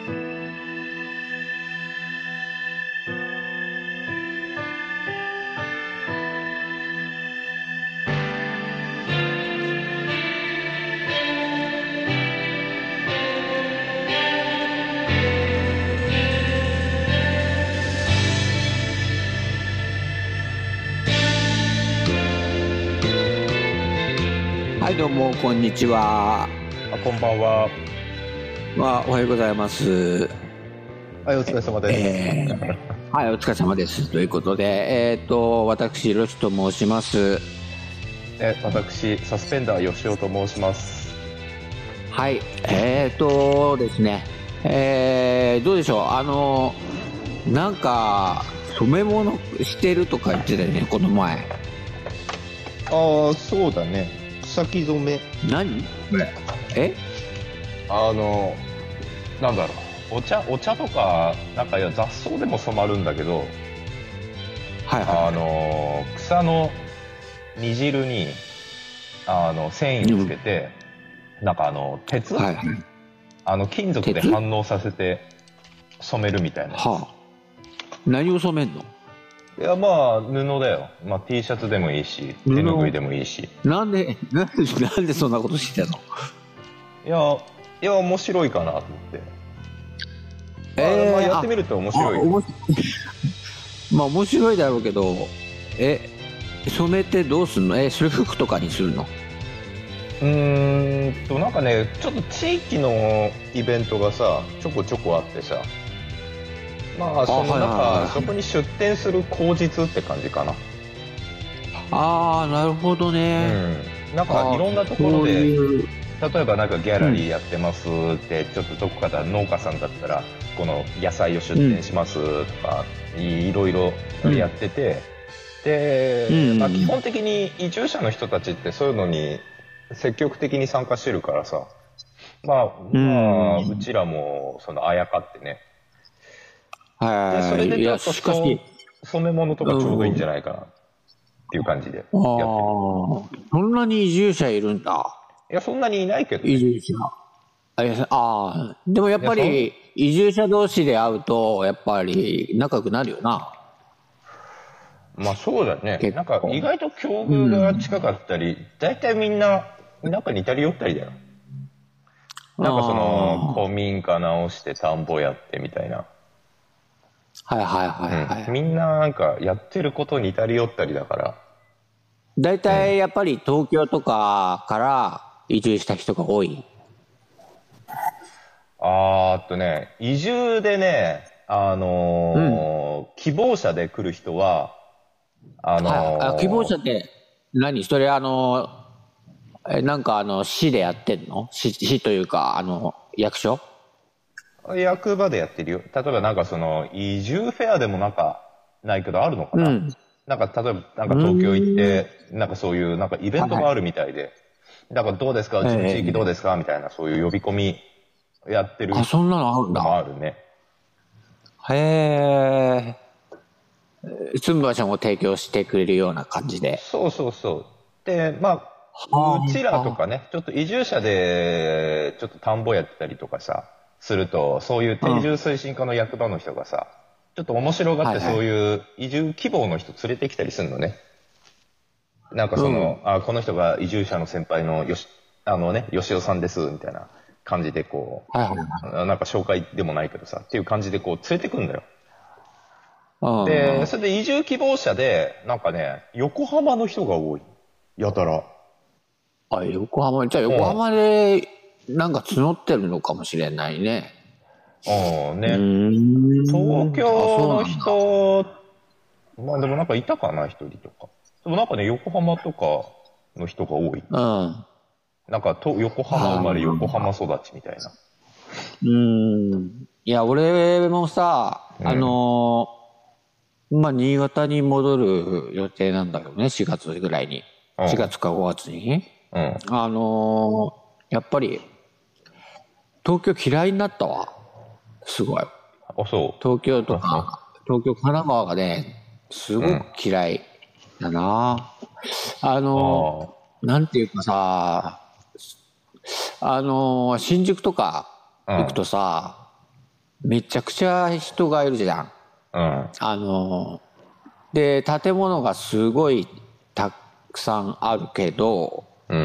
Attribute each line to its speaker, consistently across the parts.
Speaker 1: はい、どうも、こんにちは。
Speaker 2: こんばんは。
Speaker 1: おはようございます。
Speaker 2: はい、お疲れ様です。
Speaker 1: はい、お疲れ様です。ということで、私、ロシと申します。
Speaker 2: 私、サスペンダー吉尾と申します。
Speaker 1: はい、ですね、どうでしょう、なんか、染め物してるとか言ってたよね、この前。
Speaker 3: ああ、そうだね。先染め。
Speaker 1: 何これ？
Speaker 2: なんだろう。お茶とか、なんか雑草でも染まるんだけど、
Speaker 1: はいは
Speaker 2: 草の煮汁に、繊維をつけて、なんか鉄、
Speaker 1: はいはい。
Speaker 2: 金属で
Speaker 1: 鉄？
Speaker 2: 反応させて染めるみたいなやつ。
Speaker 1: はあ。何を染めんの？
Speaker 2: いや、まあ、布だよ。まあ、T シャツでもいいし、手ぬぐいでもいいし。
Speaker 1: なんでそんなことしてたの？
Speaker 2: いや、面白いかなと思って。まあ、やってみると面白いよ。
Speaker 1: まあ面白いだろうけど、染めてどうすんの？それ服とかにするの？
Speaker 2: なんかね、ちょっと地域のイベントがさ、ちょこちょこあってさ、まあ、そこに出店する口実って感じかな。
Speaker 1: ああ、なるほどね。
Speaker 2: なんかいろんなところで、
Speaker 1: 例
Speaker 2: えばなんかギャラリーやってますって、ちょっとどこか農家さんだったら、この野菜を出店しますとか、いろいろやってて、で、まあ基本的に移住者の人たちってそういうのに積極的に参加してるからさ、まあ、うちらもあやかってね、でそれでちょっと染め物とかちょうどいいんじゃないかなっていう感じでやってる。
Speaker 1: そんなに移住者いるんだ。
Speaker 2: いや、そんなにいないけどね。
Speaker 1: 移住者。でもやっぱり移住者同士で会うとやっぱり仲良くなるよな。
Speaker 2: まあそうだね。なんか意外と境遇が近かったり、大体みんななんか似たり寄ったりだよ。なんか古民家直して田んぼやってみたいな。
Speaker 1: はいはいはいはい。
Speaker 2: みんななんかやってること似たり寄ったりだから。
Speaker 1: 大体やっぱり東京とかから移住した人が多い。
Speaker 2: 移住でね、希望者で来る人は、
Speaker 1: 希望者って何？それなんか市でやってんの？市というか役所？
Speaker 2: 役場でやってるよ。例えばなんか移住フェアでもなんかないけどあるのかな、なんか例えばなんか東京行ってなんかそういうなんかイベントがあるみたいで、だからどうですか、うちの地域どうですかみたいな、そういう呼び込みやってる。
Speaker 1: そんなのあるんだ。
Speaker 2: もあるね。
Speaker 1: へえ。住む場所も提供してくれるような感じで。
Speaker 2: そうそうそう。で、まあ、うちらとかね、ちょっと移住者でちょっと田んぼやってたりとかさ、すると、そういう定住推進課の役場の人がさ、ちょっと面白がってそういう移住希望の人連れてきたりするのね。なんかこの人が移住者の先輩の吉尾さんです、みたいな感じでなんか紹介でもないけどさ、っていう感じで連れてくんだよ。で、それで移住希望者で、なんかね、横浜の人が多い。やたら。
Speaker 1: 横浜、じゃあ横浜でなんか募ってるのかもしれないね。
Speaker 2: 東京の人、まあでもなんかいたかな、一人とか。でもなんかね、横浜とかの人が多い。なんか横浜生まれ横浜育ちみたいな。
Speaker 1: いや、俺もさ、まあ新潟に戻る予定なんだけどね、4月ぐらいに。4月か5月に。やっぱり東京嫌いになったわ。すごい。東京とか、神奈川がね、すごく嫌いだな。なんていうかさ、新宿とか行くとさ、 めちゃくちゃ人がいるじゃん。で、建物がすごいたくさんあるけど、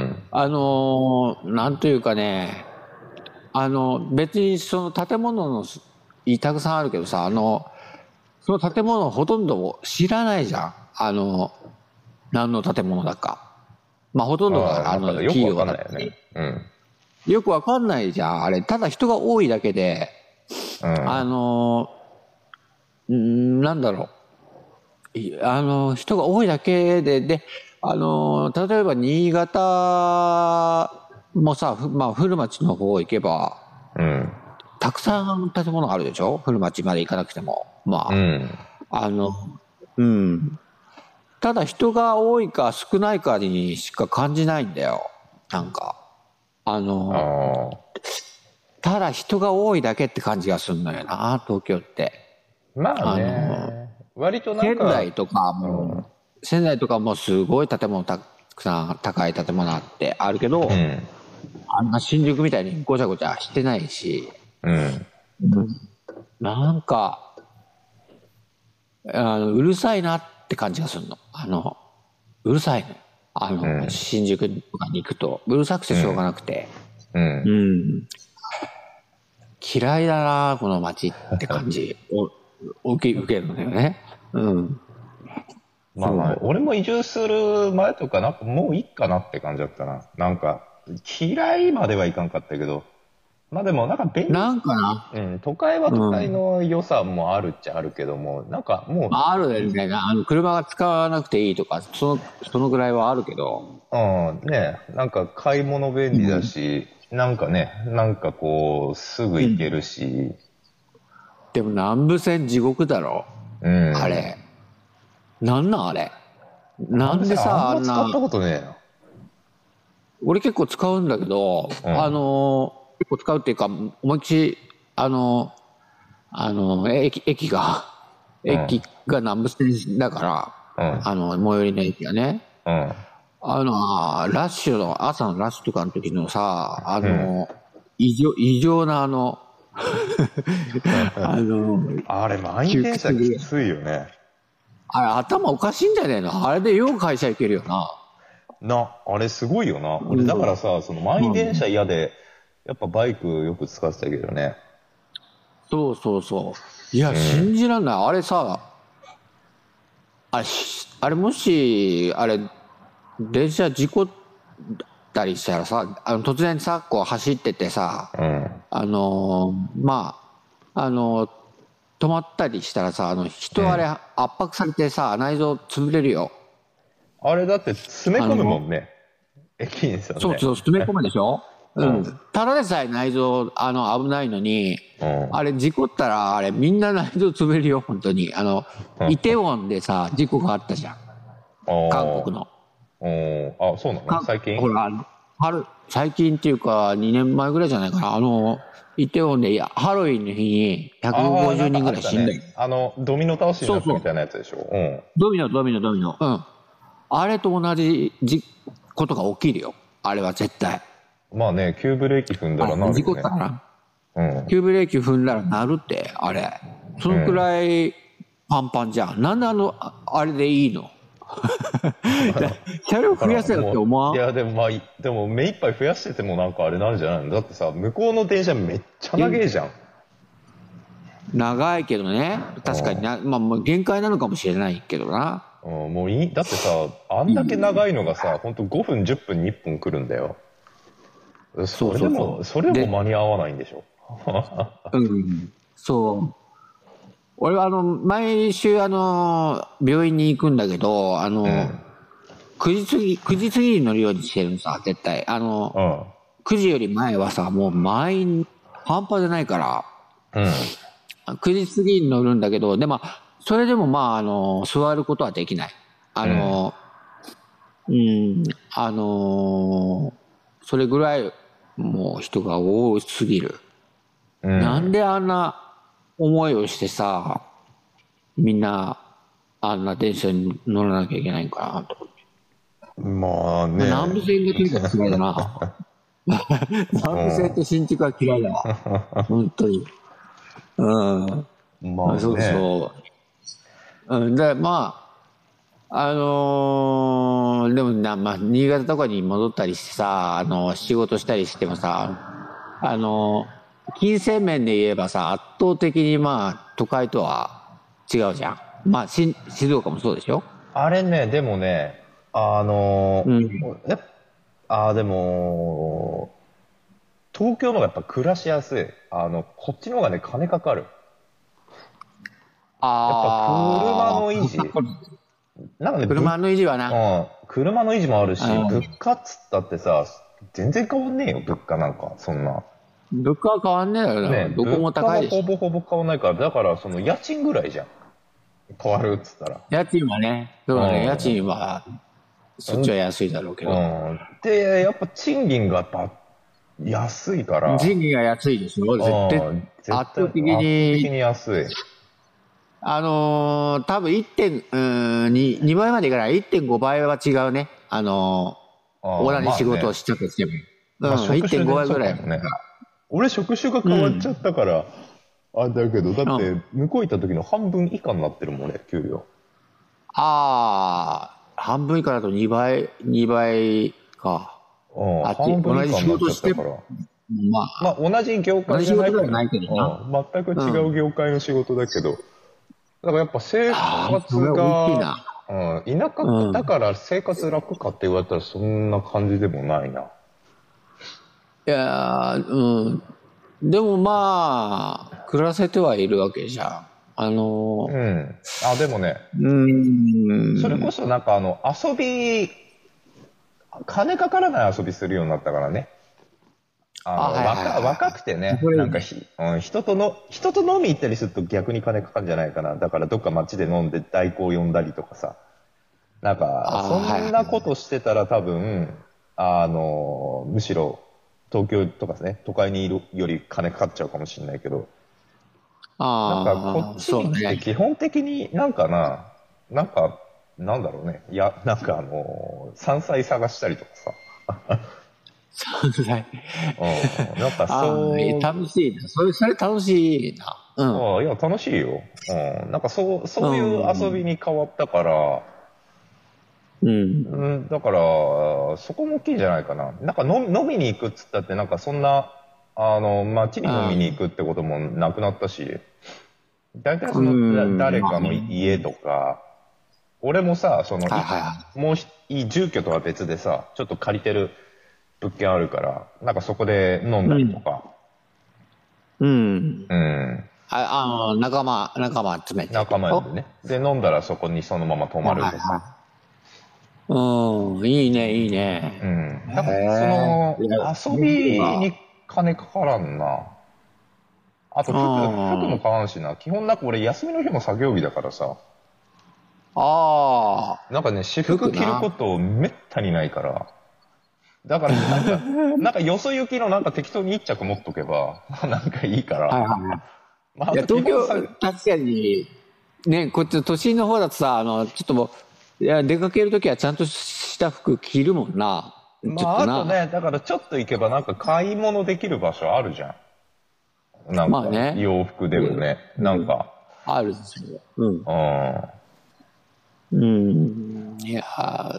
Speaker 1: なんというかね、別にその建物のたくさんあるけどさ、その建物ほとんど知らないじゃん。何の建物だか。まあほとんどが企業だったり。よくわかんないじゃん、あれ。ただ人が多いだけで、なんだろう。人が多いだけで、例えば新潟もさ、まあ古町の方行けば、たくさん建物あるでしょ、古町まで行かなくても。まあ、ただ人が多いか少ないかにしか感じないんだよ。なんか。ただ人が多いだけって感じがするのよな、東京って。
Speaker 2: まあね。割となんか。
Speaker 1: 仙台とかもすごい建物たくさん、高い建物あってあるけど、あんな新宿みたいにごちゃごちゃしてないし、なんか、うるさいなって感じがするの。うるさいの。新宿とかに行くと、うるさくてしょうがなくて。嫌いだな、この街って感じを受けるんだよね。
Speaker 2: まあ、俺も移住する前とか、なんかもういいかなって感じだったな。なんか、嫌いまではいかんかったけど、まあでもなんか便利。
Speaker 1: なんかな。
Speaker 2: 都会は都会の良さもあるっちゃあるけども、なんかもう。
Speaker 1: あるよね。車が使わなくていいとか、そのぐらいはあるけど。
Speaker 2: ね、なんか買い物便利だし、なんかね、なんかこう、すぐ行けるし。
Speaker 1: でも南武線地獄だろ。あれ。なんあれ。なんでさ、
Speaker 2: あんま使ったことねえな。
Speaker 1: 俺結構使うんだけど、結構使うっていうか、思いっきり、駅が南武線だから、最寄りの駅がね。ラッシュの、朝のラッシュとかの時のさ、異常な
Speaker 2: あれ、満員電車きついよね。
Speaker 1: あれ、頭おかしいんじゃねえの？あれでよう会社行けるよな。
Speaker 2: あれすごいよな。俺、だからさ、その満員電車嫌で、やっぱバイクよく使ってたけどね。
Speaker 1: そう。いや、信じらんない。あれさ、あれもし、電車事故ったりしたらさ、突然さ、こう走っててさ、止まったりしたらさ、人あれ圧迫されてさ、内臓潰れるよ。
Speaker 2: あれだって詰め込むもんね。駅にさ、ね。
Speaker 1: そう、詰め込むでしょ。ただでさえ内臓、危ないのに、あれ事故ったら、みんな内臓潰れるよ、本当に。イテウォンでさ、事故があったじゃん。韓国の。
Speaker 2: そうなの？最近？
Speaker 1: ほら、最近っていうか、2年前ぐらいじゃないかな。イテウォンでハロウィンの日に150人ぐらい死んだよ。
Speaker 2: ドミノ倒しになったみたいなやつでしょ。
Speaker 1: ドミノ。あれと同じことが起きるよ。あれは絶対。
Speaker 2: まあね、急ブレーキ踏んだらなるよね。
Speaker 1: 事故ったかな。急ブレーキ踏んだらなるって、あれ。そのくらいパンパンじゃん。なんであれでいいの？車両増やせよって思わん？
Speaker 2: いや、でも目いっぱい増やしててもなんかあれなんじゃないの？だってさ、向こうの電車めっちゃ長いじゃん。
Speaker 1: 長いけどね。確かにな。まあ、限界なのかもしれないけどな。
Speaker 2: もういい。だってさ、あんだけ長いのがさ、ほんと5分、10分に1本来るんだよ。それも間に合わないんでしょ。
Speaker 1: そう。俺は毎週病院に行くんだけど、9時過ぎに乗るようにしてるのさ、絶対。9時より前はさ、もう満員、半端じゃないから、9時過ぎに乗るんだけど、でも、それでも座ることはできない。それぐらい、もう人が多すぎる。なんであんな思いをしてさ、みんなあんな電車に乗らなきゃいけないんかなと思って。
Speaker 2: まあね。
Speaker 1: 南武線がとにかく嫌いだな。南武線って新築は嫌いだわ。本当に。 うん。
Speaker 2: まあね。
Speaker 1: そうそう。うん、で、まあ、でもな、まあ、新潟とかに戻ったりしてさ、仕事したりしてもさ、金銭面で言えばさ、圧倒的にまあ、都会とは違うじゃん。まあ、静岡もそうでしょ？
Speaker 2: あれね、でもね、
Speaker 1: うん。
Speaker 2: やっでも、東京の方がやっぱ暮らしやすい。こっちの方がね、金かかる。やっぱ車
Speaker 1: ああ、
Speaker 2: の維持なんかね、
Speaker 1: 車の維持はな。
Speaker 2: 車の維持もあるし、
Speaker 1: うん。
Speaker 2: 物価っつったってさ、全然変わんねえよ、物価なんか、そんな。
Speaker 1: 物価は変わんねえだろ。だから
Speaker 2: ね、物
Speaker 1: どこも
Speaker 2: 価はほ
Speaker 1: 高いでしょ。
Speaker 2: ぼほぼ変わんないから、だからその家賃ぐらいじゃん。変わるっつったら。
Speaker 1: 家賃はね、そうだね、家賃は、そっちは安いだろうけど。
Speaker 2: で、やっぱ賃金がやっぱ安いから、
Speaker 1: 賃金が安いですよ。
Speaker 2: 絶
Speaker 1: 圧倒的
Speaker 2: 対圧倒的
Speaker 1: に、
Speaker 2: に安い。
Speaker 1: 多分2倍までいかない。1.5倍は違うね。同じ仕事を
Speaker 2: まあね。
Speaker 1: したとしても。
Speaker 2: まあ職種
Speaker 1: 1.5
Speaker 2: でそ
Speaker 1: 倍ぐらい。
Speaker 2: うかもね。俺職種が
Speaker 1: う
Speaker 2: 変わっちゃ
Speaker 1: ん。
Speaker 2: ったから、だけど、だ
Speaker 1: うん。
Speaker 2: って向こう行った時の半分以下になってるもんね、給料。
Speaker 1: 半分以下だと2倍か。
Speaker 2: 半分以
Speaker 1: 同じ仕
Speaker 2: 下になっ
Speaker 1: 事しても、
Speaker 2: ちゃったから。
Speaker 1: ま
Speaker 2: まあ同じ業
Speaker 1: 同
Speaker 2: 界じゃないから、
Speaker 1: じ仕事ではないけどな。
Speaker 2: 全く
Speaker 1: うん。
Speaker 2: 違う業界の仕事だけど、だからやっぱ生活
Speaker 1: それは大きい
Speaker 2: が、
Speaker 1: な。
Speaker 2: 田舎
Speaker 1: うん。
Speaker 2: だから生活楽かって言われたらそんな感じでもないな。
Speaker 1: いやー、うん。でもまあ、暮らせてはいるわけじゃん。
Speaker 2: うん。でもね、それこ
Speaker 1: ん。
Speaker 2: そなんか金かからない遊びするようになったからね。
Speaker 1: はいはい
Speaker 2: 若く
Speaker 1: はい。
Speaker 2: てね、
Speaker 1: これ、
Speaker 2: なんか人と飲み行ったりすると逆に金かかるんじゃないかな。だからどっか街で飲んで代行呼んだりとかさ。なんか、そ
Speaker 1: はいはい。
Speaker 2: んなことしてたら多分、むしろ東京とかね、都会にいるより金かかっちゃうかもしれないけど、なんかこっちに
Speaker 1: そうね。
Speaker 2: 来て基本的になんかなんだろうね。いや、なんか山菜探したりとかさ。
Speaker 1: 存在。
Speaker 2: なんかそう、
Speaker 1: 楽しいな。それ楽しいな。うん。
Speaker 2: いや、楽しいよ。なんか
Speaker 1: う
Speaker 2: そういう遊び
Speaker 1: ん。
Speaker 2: に変わったから、
Speaker 1: うん。
Speaker 2: だから、そこも大きいんじゃないかな。なんか飲みに行くっつったって、なんかそんな、街に飲みに行くってこともなくなったし、大体その、誰かの
Speaker 1: まあね。
Speaker 2: 家とか、俺もさ、
Speaker 1: はいはいは
Speaker 2: もう住居とは別でさ、ちょっと借りてる物件あるから、なんかそこで飲ん
Speaker 1: い。
Speaker 2: だりとか、
Speaker 1: うん。
Speaker 2: うん。
Speaker 1: 仲間集めてって
Speaker 2: 仲
Speaker 1: こと？
Speaker 2: 間でね。で、飲んだらそこにそのまま泊まるとか。
Speaker 1: はいはい。うん。いいね、いいね。
Speaker 2: うん。
Speaker 1: へ
Speaker 2: なんか、
Speaker 1: え。いや、
Speaker 2: 遊びに金かからんな。あと服も
Speaker 1: うん。
Speaker 2: 買わんしな。基本なんか俺休みの日も作業日だからさ。
Speaker 1: あ
Speaker 2: なんかね、私服着るこ
Speaker 1: 服な。
Speaker 2: とめったにないから。だからなんかよそ行きのなんか適当に一着持っとけば、なんかいいから。
Speaker 1: はいはいはい。
Speaker 2: まあ、あ
Speaker 1: いや、
Speaker 2: と基
Speaker 1: 東京、
Speaker 2: 本さ、
Speaker 1: 確かに、ね、こっちの都心の方だとさ、ちょっともう、いや、出かけるときはちゃんとした服着るもんな。ちょっ
Speaker 2: まあ、
Speaker 1: とな。
Speaker 2: あとね、だからちょっと行けばなんか買い物できる場所あるじゃん。なんか、
Speaker 1: まあね。
Speaker 2: 洋服でもね。
Speaker 1: うん。
Speaker 2: なんか、
Speaker 1: あるんですよ。うん。
Speaker 2: うん。
Speaker 1: うん。いや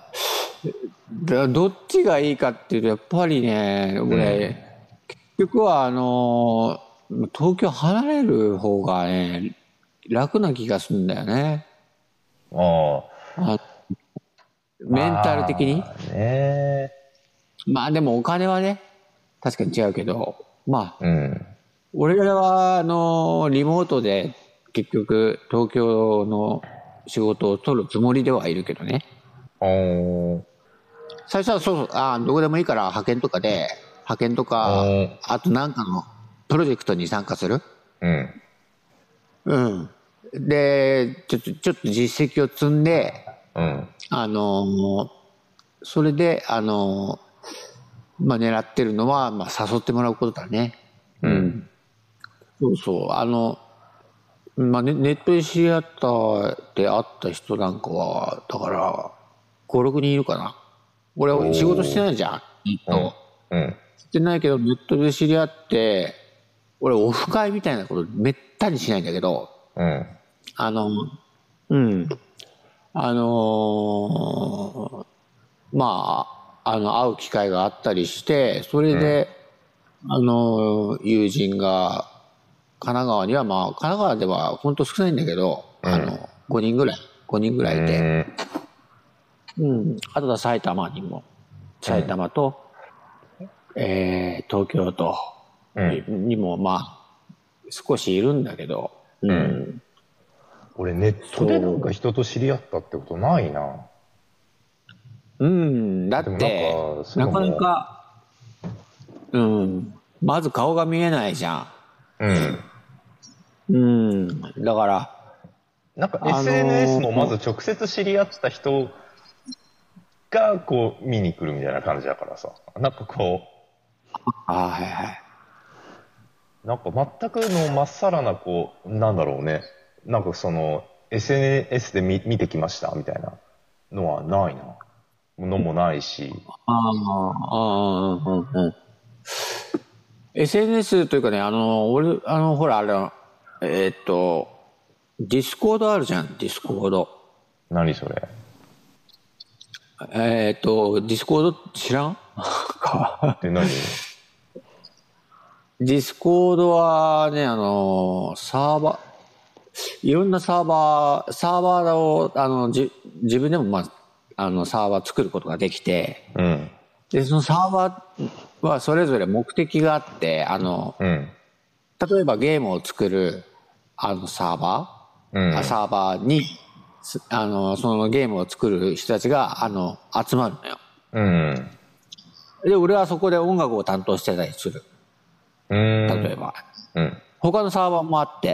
Speaker 1: どっちがいいかっていうと、やっぱりね、
Speaker 2: うん。
Speaker 1: 俺、結局は東京離れる方がね、楽な気がするんだよね。
Speaker 2: あ
Speaker 1: あ、メンタル的に。
Speaker 2: まあね。
Speaker 1: まあでもお金はね、確かに違うけど、まあ、
Speaker 2: うん。
Speaker 1: 俺らは、リモートで結局東京の仕事を取るつもりではいるけどね。
Speaker 2: おー、
Speaker 1: 最初はそうそう、どこでもいいから派遣と
Speaker 2: お
Speaker 1: か、
Speaker 2: ー、
Speaker 1: あとなんかのプロジェクトに参加する。
Speaker 2: うん。
Speaker 1: うん。で、ちょっと実績を積んで、
Speaker 2: うん。
Speaker 1: あのーそれで、まあ、狙ってるのは、まあ、誘ってもらうことだね。
Speaker 2: うん。
Speaker 1: うん。そうそう。まあ、ネットで知り合って会った人なんかは、だから、5、6人いるかな。俺、仕事して
Speaker 2: おー、
Speaker 1: ないじゃん。ネッ
Speaker 2: うん。
Speaker 1: ト。
Speaker 2: うん。
Speaker 1: してないけど、ネットで知り合って、 俺オフ会みたいなことめったにしないんだけど、
Speaker 2: うん。
Speaker 1: うん。まあ、会う機会があったりして、それで、友人が、神奈川には、まあ、神奈川では本当少ないんだけど、5人ぐらいいて、あとは埼玉と、東京と、にも、まあ、少しいるんだけど、
Speaker 2: 俺ネットでなんか人と知り合ったってことないな。
Speaker 1: だって、なかなか、まず顔が見えないじゃん。だから、
Speaker 2: なんか SNS もまず直接知り合った人がこう見に来るみたいな感じだからさ。なんかこう。
Speaker 1: はいはい。
Speaker 2: なんか全くのまっさらなこう、なんだろうね。なんかその SNS で見てきましたみたいなのはないな。ものもないし。
Speaker 1: SNS というかね、俺、ほら、ディスコードあるじゃん、ディスコード。
Speaker 2: 何それ？
Speaker 1: ディスコード知らん？
Speaker 2: って何？
Speaker 1: ディスコードはね、サーバー、いろんなサーバーを、自分でも、まあ、サーバー作ることができて、で、そのサーバーはそれぞれ目的があって、例えばゲームを作る、サーバーに、そのゲームを作る人たちが、集まるのよ。で、俺はそこで音楽を担当してたりする。例えば。他のサーバーもあって、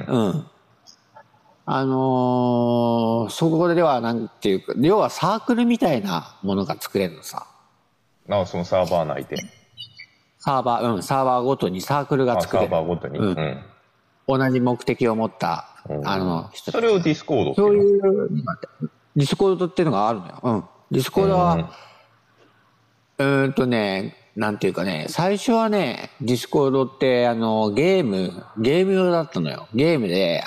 Speaker 1: そこではなんていうか、要はサークルみたいなものが作れるのさ。
Speaker 2: そのサーバー内で。
Speaker 1: サーバーごとにサークルが作れる。
Speaker 2: サーバーごとに。
Speaker 1: 同じ目的を持った、人。
Speaker 2: それをディスコードって
Speaker 1: そういう、ディスコードっていうのがあるのよ。ディスコードは、なんていうかね、最初はね、ディスコードって、ゲーム用だったのよ。ゲームで、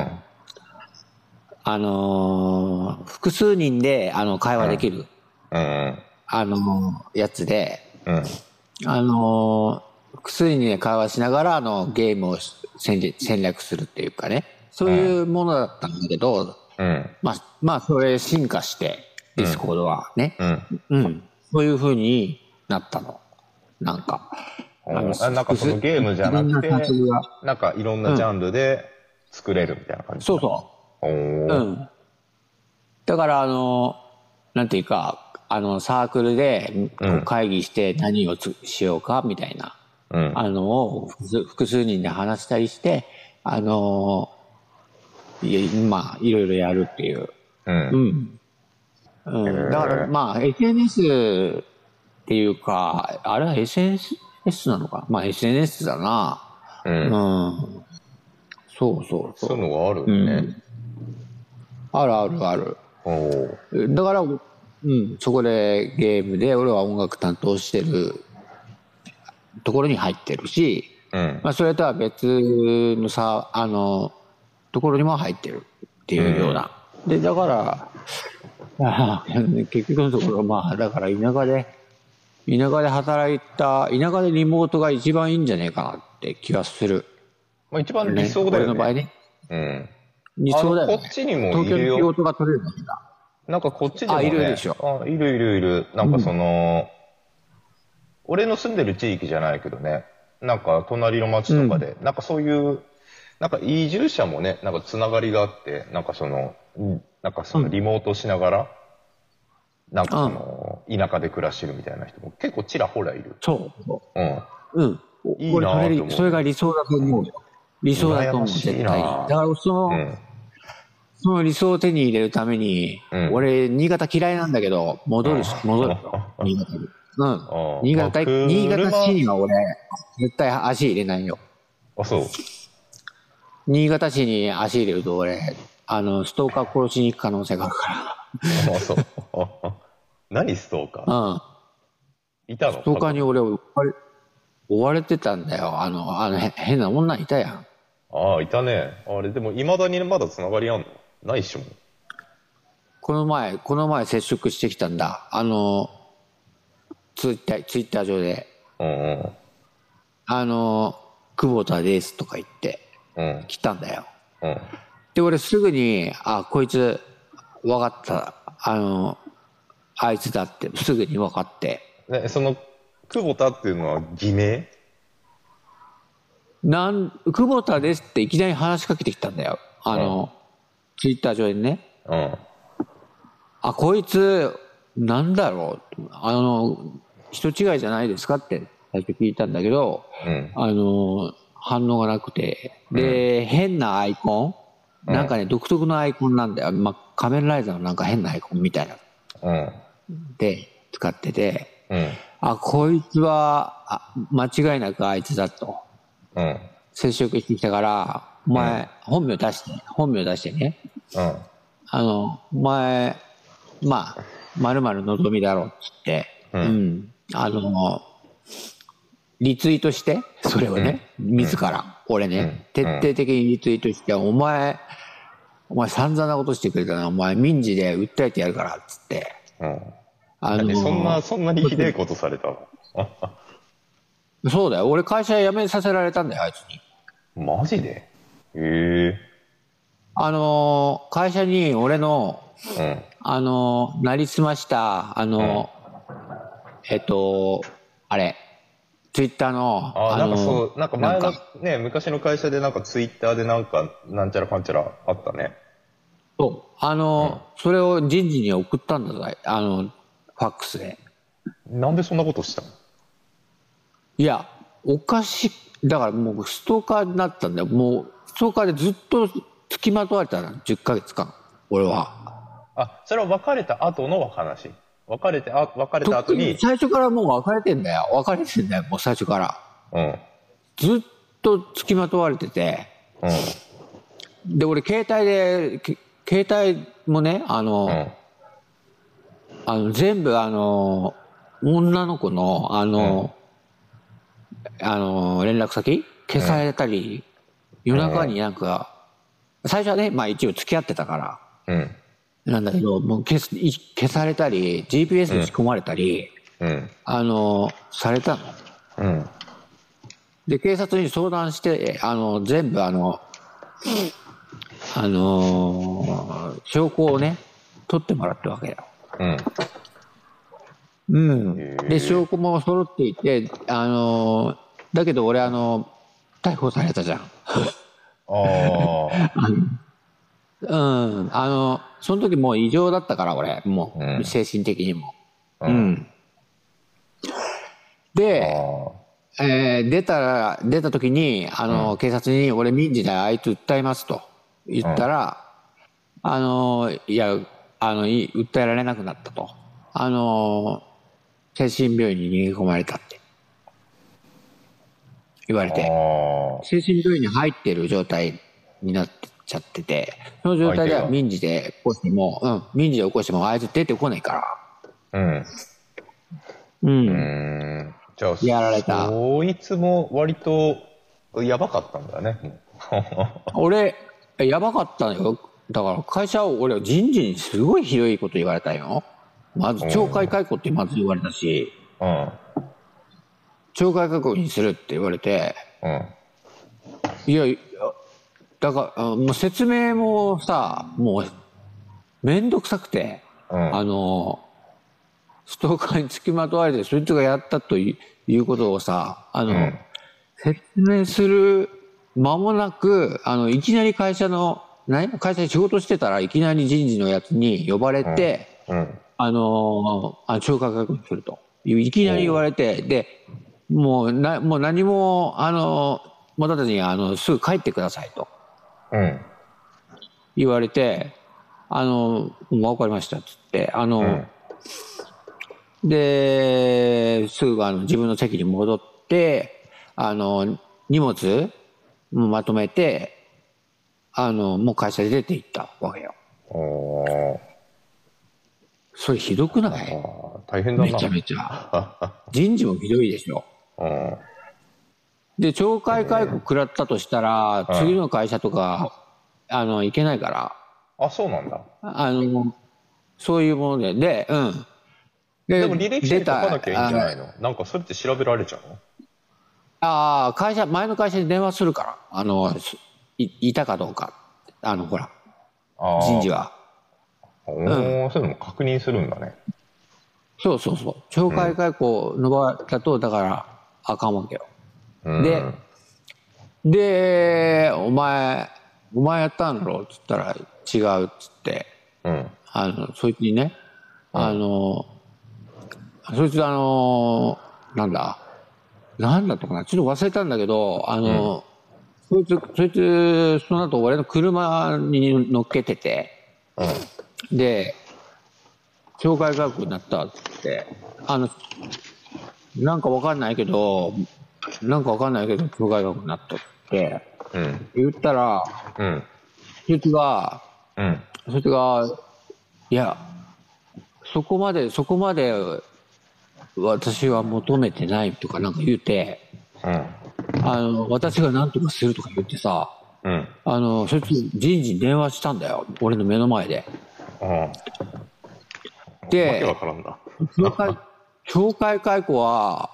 Speaker 1: 複数人で、会話できる、やつで、複数人で会話しながら、ゲームを戦略するっていうかね、そういうものだったんだけど、まあ、それ進化して、ディスコードはね、そういう風になったの。なんか
Speaker 2: なんかそのゲームじゃなくて、なんかいろんなジャンルで作れるみたいな感じ。
Speaker 1: そうそう。だから、なんていうか、サークルで会議して何をしようかみたいな、を複数人で話したりして、まあ、いろいろやるっていう。だから、まあ、SNS っていうか、あれは SNS なのか。まあ SNS だな。そう。
Speaker 2: そういうのがあるね。
Speaker 1: ある。だから、そこでゲームで俺は音楽担当してるところに入ってるし、まあそれとは別のところにも入ってるっていうような。で、だから、結局のところ、まあ、だから田舎で働いた、田舎でリモートが一番いいんじゃねえかなって気がする。
Speaker 2: まあ一番理想だよね。
Speaker 1: 俺の場合ね。理想だよね。
Speaker 2: こっちにもいるよ。
Speaker 1: 東京に仕事が取れるんだ。
Speaker 2: なんかこっちでもね。
Speaker 1: いるでしょ。
Speaker 2: いる。なんかその、俺の住んでる地域じゃないけどね。なんか隣の町とかで、なんかそういう、なんか移住者もね、なんかつながりがあって、なんかそのリモートしながら、なんか田舎で暮らしてるみたいな人も結構ちらほらいる。
Speaker 1: そう。
Speaker 2: いいなぁと思う。
Speaker 1: それが理想だと思うよ。理想だと思う、絶対に。だからその理想を手に入れるために、俺、新潟嫌いなんだけど、戻るよ、新潟に。新潟市には俺、絶対足入れないよ。
Speaker 2: そう。
Speaker 1: 新潟市に足入れると俺、ストーカー殺しに行く可能性があるか
Speaker 2: ら。そう。何ストーカー？
Speaker 1: いたの？ストーカーに俺、 追われてたんだよ。変な女いたやん。
Speaker 2: ああ、いたね。あれ、でも、未だにまだつながりあんの？ないっしょ。
Speaker 1: この前接触してきたんだ。ツイッター上で。
Speaker 2: うんうん。
Speaker 1: 久保田ですとか言って、来たんだよ。で、俺すぐに、こいつ、分かった。あいつだって、すぐに分かって。
Speaker 2: ね、その、久保田っていうのは偽名？
Speaker 1: 久保田ですっていきなり話しかけてきたんだよ。ツイッター上でね。こいつ、なんだろう。人違いじゃないですかって最初聞いたんだけど、反応がなくて。で、変なアイコン、なんかね、独特のアイコンなんだよ。仮面ライザーのなんか変なアイコンみたいな。で、使ってて、こいつは、間違いなくあいつだと。接触してきたから、お前、本名出してね。お前、〇〇のぞみだろうって言って、リツイートして、それをね、自ら、俺ね、徹底的にリツイートして、お前散々なことしてくれたな、お前民事で訴えてやるから、つって。
Speaker 2: そんなにひでえことされたの？
Speaker 1: そうだよ。俺会社辞めさせられたんだよ、あいつに。
Speaker 2: マジで？へえ。
Speaker 1: 会社に俺の、なりすました、あれ、ツイッターの、
Speaker 2: なんかそう、なんか前のね、昔の会社でなんかツイッターでなんか、なんちゃらかんちゃらあったね。
Speaker 1: そう。それを人事に送ったんだぜ。ファックスで。
Speaker 2: なんでそんなことしたの？
Speaker 1: いや、おかしい。だからもうストーカーになったんだよ。もう、ストーカーでずっと付きまとわれたの。10ヶ月間。俺は。
Speaker 2: それは別れた後の話。別れた後に。
Speaker 1: 最初からもう別れてんだよ。もう最初から。ずっと付きまとわれてて。で、俺携帯もね、全部女の子の連絡先消されたり、夜中になんか、最初はね、一応付き合ってたから、なんだけど、もう消されたり、GPS に仕込まれたり、されたの。で、警察に相談して、全部証拠をね、取ってもらったわけよ。で、証拠も揃っていて、だけど俺逮捕されたじゃん。その時もう異常だったから俺、もう精神的にも。で、出た時に、警察に俺民事であいつ訴えますと言ったら、いや、訴えられなくなったと。精神病院に逃げ込まれたって言われて、精神病院に入っている状態になっちゃってて、その状態では民事で起こしてもあいつ出てこないから。
Speaker 2: じゃあ、
Speaker 1: やられた。
Speaker 2: そいつも割とやばかったんだね。
Speaker 1: 俺、やばかったのよ。だから会社を俺人事にすごいひどいこと言われたよ。まず懲戒解雇ってまず言われたし、懲戒解雇にするって言われて、いや、だからもう説明もさ、もうめんどくさくて、ストーカーにつきまとわれてそいつがやったということをさ、説明する間もなく、いきなり会社で仕事してたらいきなり人事のやつに呼ばれて、懲戒解雇にするといきなり言われて、でもう何も持たずにすぐ帰ってくださいと言われて、分かりましたっつって、ですぐ自分の席に戻って荷物まとめてもう会社で出て行ったわけよ。それひどくない？
Speaker 2: 大変だな。
Speaker 1: めちゃめちゃ。人事もひどいでしょ。 で、懲戒解雇食らったとしたら、次の会社とか、行けないから。
Speaker 2: あ、そうなんだ。
Speaker 1: そういうもので、うん。
Speaker 2: でも履歴書に書かなきゃいいんじゃないの？なんかそれって調べられちゃうの？
Speaker 1: 前の会社に電話するから。いたかどうか。ほら。人事は。
Speaker 2: そういうのも確認するんだね。
Speaker 1: そう。懲戒解雇の場合だと、だから、あかんわけよ。で、お前やったんだろうっつったら、違うっつって、そいつにね、そいつなんだったかな、ちょっと忘れたんだけど、そいつ、その後俺の車に乗っけてて、で、懲戒解雇になったっつって、なんかわかんないけど、懲戒解雇になったって、言ったら、そいつが、いや、そこまで私は求めてないとかなんか言うて、私が何とかするとか言ってさ、そいつ人事に電話したんだよ、俺の目の前で。で、懲戒解雇は、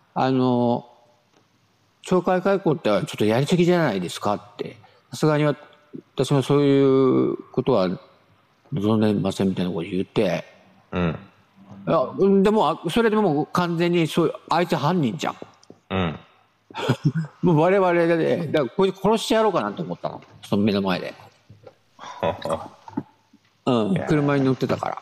Speaker 1: 懲戒解雇ってちょっとやりすぎじゃないですかって。さすがに私もそういうことは望んでませんみたいなこと言って。でも、それでも完全にあいつ犯人じゃん。もう我々で、だからこいつ殺してやろうかなと思ったの。その目の前で。車に乗ってたから。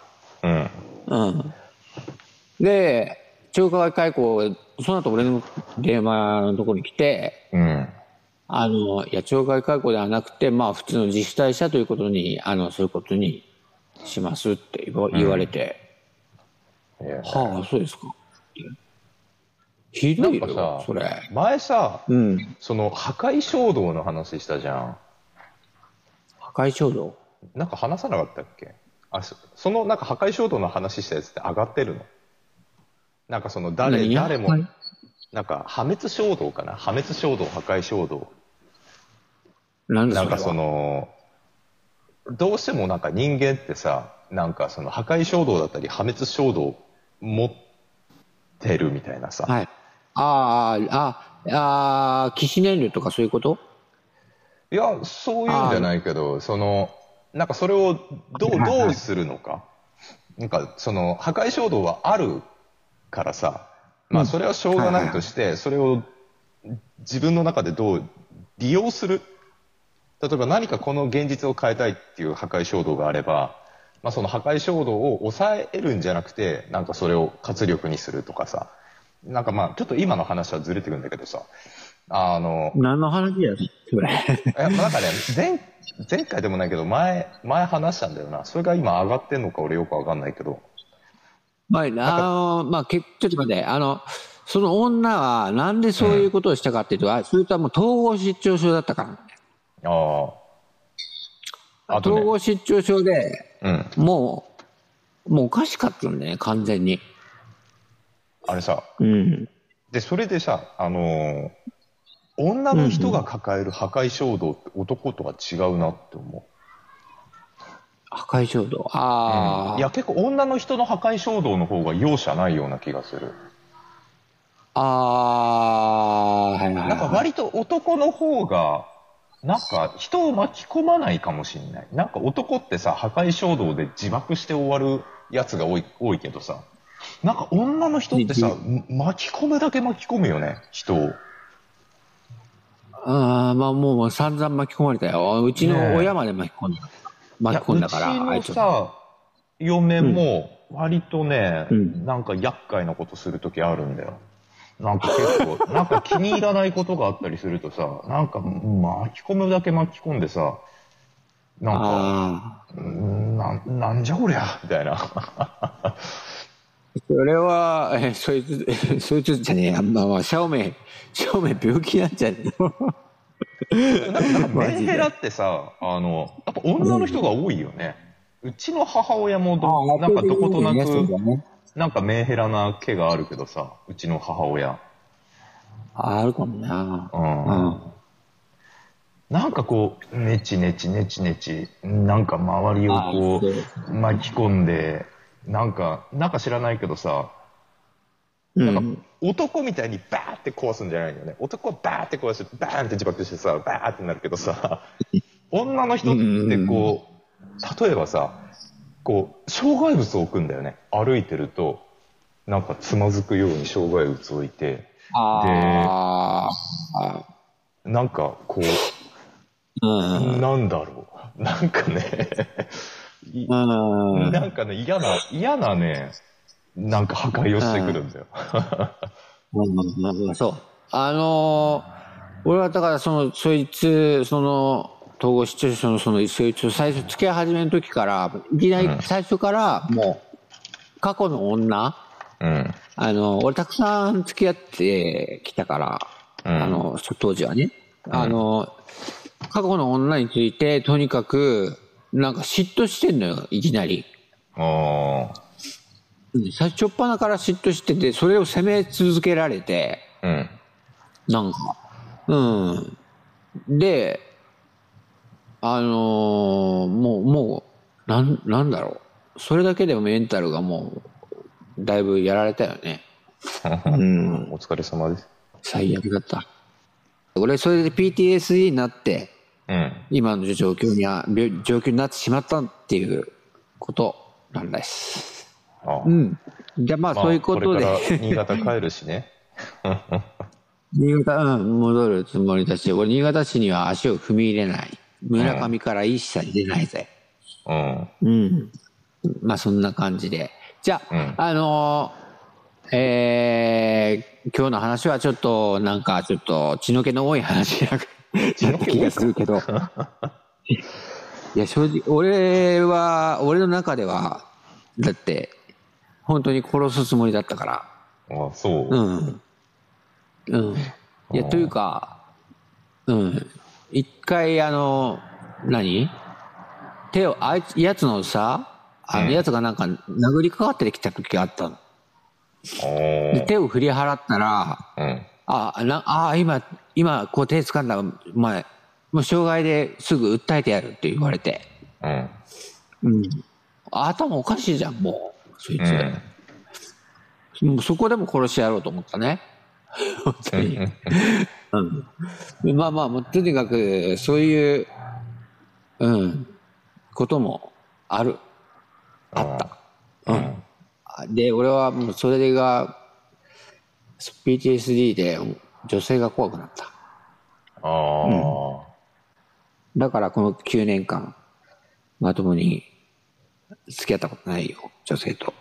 Speaker 1: で、懲戒解雇、その後俺の電話のところに来て、いや、懲戒解雇ではなくて、まあ普通の自主退社ということに、そういうことにしますって言われて、はあ、そうですか。ひどいよ、それ。
Speaker 2: 前さ、その破壊衝動の話したじゃん。
Speaker 1: 破壊衝動？
Speaker 2: なんか話さなかったっけ？そのなんか破壊衝動の話したやつって上がってるの？なんかその誰も、なんか破滅衝動かな？破滅衝動、破壊衝動。なんかその、どうしてもなんか人間ってさ、なんかその破壊衝動だったり破滅衝動持ってるみたいなさ。
Speaker 1: 起死燃料とかそういうこと？
Speaker 2: いや、そういうんじゃないけど、その、なんかそれをどうするのか。なんかその破壊衝動はあるからさ、まあそれはしょうがないとして、それを自分の中でどう利用する。例えば何かこの現実を変えたいっていう破壊衝動があれば、まあその破壊衝動を抑えるんじゃなくて、なんかそれを活力にするとかさ、なんかまあちょっと今の話はずれてくるんだけどさ、
Speaker 1: 何の話やそれ。
Speaker 2: なんかね、前回でもないけど前話したんだよな。それが今上がってんのか俺よくわかんないけど。
Speaker 1: まあ、ちょっと待って、その女はなんでそういうことをしたかっていうと、それとはもう統合失調症だったから。統合失調症で、もうおかしかったんだよね、完全に。
Speaker 2: あれさ、で、それでさ、女の人が抱える破壊衝動って男とは違うなって思う。
Speaker 1: 破壊衝動。
Speaker 2: いや、結構女の人の破壊衝動の方が容赦ないような気がする。なんか割と男の方が、なんか人を巻き込まないかもしれない。なんか男ってさ、破壊衝動で自爆して終わるやつが多いけどさ、なんか女の人ってさ、巻き込むだけ巻き込むよね、人を。
Speaker 1: まあもう散々巻き込まれたよ。うちの親まで巻き込んだから。
Speaker 2: うちのさ、嫁も割とね、なんか厄介なことするときあるんだよ。なんか結構、なんか気に入らないことがあったりするとさ、なんか巻き込むだけ巻き込んでさ、なんか、なんじゃこりゃみたいな。
Speaker 1: それは、そいつじゃねえや、まあ、シャオメ病気なんじゃね
Speaker 2: えなんかメンヘラってさ、やっぱ女の人が多いよね。うちの母親もなんかどことなく、なんかメンヘラな毛があるけどさ、うちの母親。
Speaker 1: あるかもな。
Speaker 2: なんかこう、ネチネチ、なんか周りをこう、巻き込んで、なんか知らないけどさ、なんか男みたいにバーって壊すんじゃないんだよね。男をバーって壊して、バーンって自爆してさ、バーってなるけどさ、女の人ってこう、例えばさ、こう、障害物を置くんだよね。歩いてると、なんかつまずくように障害物を置いて、で、なんかこう、なんだろう。なんかね、なんかね、嫌なね、なんか破壊をしてくるんだよ。
Speaker 1: そう。俺はだからそいつ、統合失調症のそいつ最初付き合い始めの時から、いきなり最初からもう、過去の女、俺たくさん付き合ってきたから、当時はね、過去の女についてとにかく、なんか嫉妬してんのよ、いきなり。最初っ端から嫉妬してて、それを責め続けられて、なんか、で、もう、なんだろう。それだけでもメンタルがもう、だいぶやられたよね。
Speaker 2: お疲れ様です。
Speaker 1: 最悪だった。俺、それで PTSD になって、今の状況になってしまったっていうことなんです。じゃあまあそういうことで。
Speaker 2: これから新潟帰るしね。
Speaker 1: 新潟、戻るつもりだし、俺新潟市には足を踏み入れない。村上から一切出ないぜ。まあそんな感じで。じゃあ、今日の話はちょっとなんかちょっと血の気の多い話な気がするけど。いや正直俺の中ではだって本当に殺すつもりだったから。
Speaker 2: そう。
Speaker 1: いやというか一回手をやつのさやつがなんか殴りかかってきた時があったの。で手を振り払ったら、今こう手掴んだお前もう傷害ですぐ訴えてやるって言われて、頭おかしいじゃんもうそいつ、もうそこでも殺してやろうと思ったね本当に、まあもうとにかくそういうこともあった。で俺はもうそれが PTSD で女性が怖くなった。だからこの9年間まともに付き合ったことないよ女性と。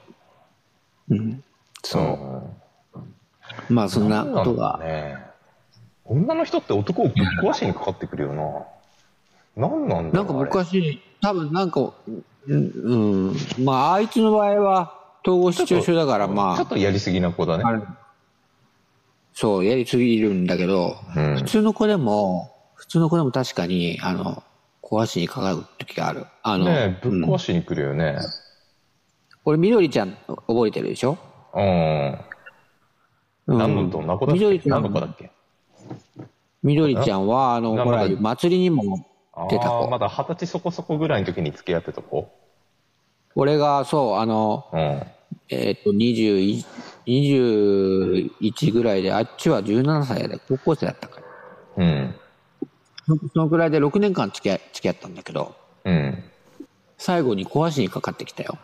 Speaker 1: そうまあそんなことが、
Speaker 2: 女の人って男をぶっ壊しにかかってくるよな。なんなんだろう。
Speaker 1: なんか昔多分なんかまああいつの場合は統合失調症だからまあ
Speaker 2: ちょっとやりすぎな子だね。
Speaker 1: そうやりすぎるんだけど、普通の子でも確かに壊しにかかる時がある。
Speaker 2: ねえぶっ壊しに来るよね。
Speaker 1: 俺みどりちゃん覚えてるでしょ。
Speaker 2: 何の子だっけ。何の子だっけ。
Speaker 1: みどりちゃんはほら祭りにも出た子。
Speaker 2: まだ20歳そこそこぐらいの時に付き合ってた子。
Speaker 1: 俺がそう21ぐらいで、あっちは17歳で高校生だったから。そのくらいで6年間付き合ったんだけど、最後に壊しにかかってきたよ。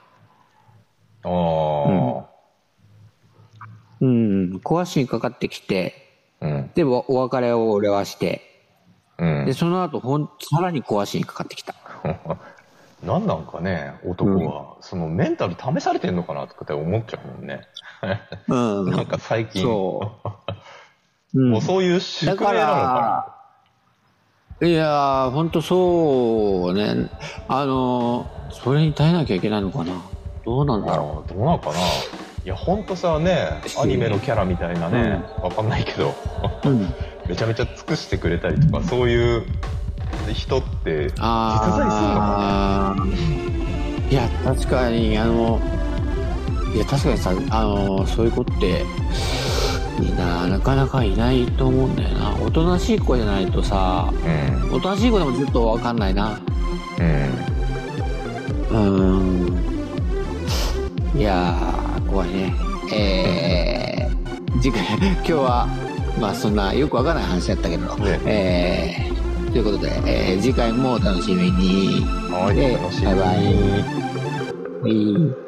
Speaker 1: 壊しにかかってきて、でお別れを俺はして、でその後さらに壊しにかかってきた。
Speaker 2: なんなんかね、男は、そのメンタル試されてんのかなとかって思っちゃうもんね。なんか最近。もうそういう宿命なのか
Speaker 1: な。いやー、ほんとそうね。それに耐えなきゃいけないのかな。どうなんだろ
Speaker 2: う。どうなのかな。いや、ほんとさ、ね、アニメのキャラみたいなね、わかんないけど、めちゃめちゃ尽くしてくれたりとか、そういう、人って実在するのかな。
Speaker 1: いや確かに確かにさそういう子っていいな、なかなかいないと思うんだよな。おとなしい子じゃないとさ、おとなしい子でもずっと分かんないな。いやー、怖いね。次回、今日は、まあそんなよくわからない話だったけど、ということで、次回もお楽しみに。
Speaker 2: はい、お楽しみに。
Speaker 1: バイバイ。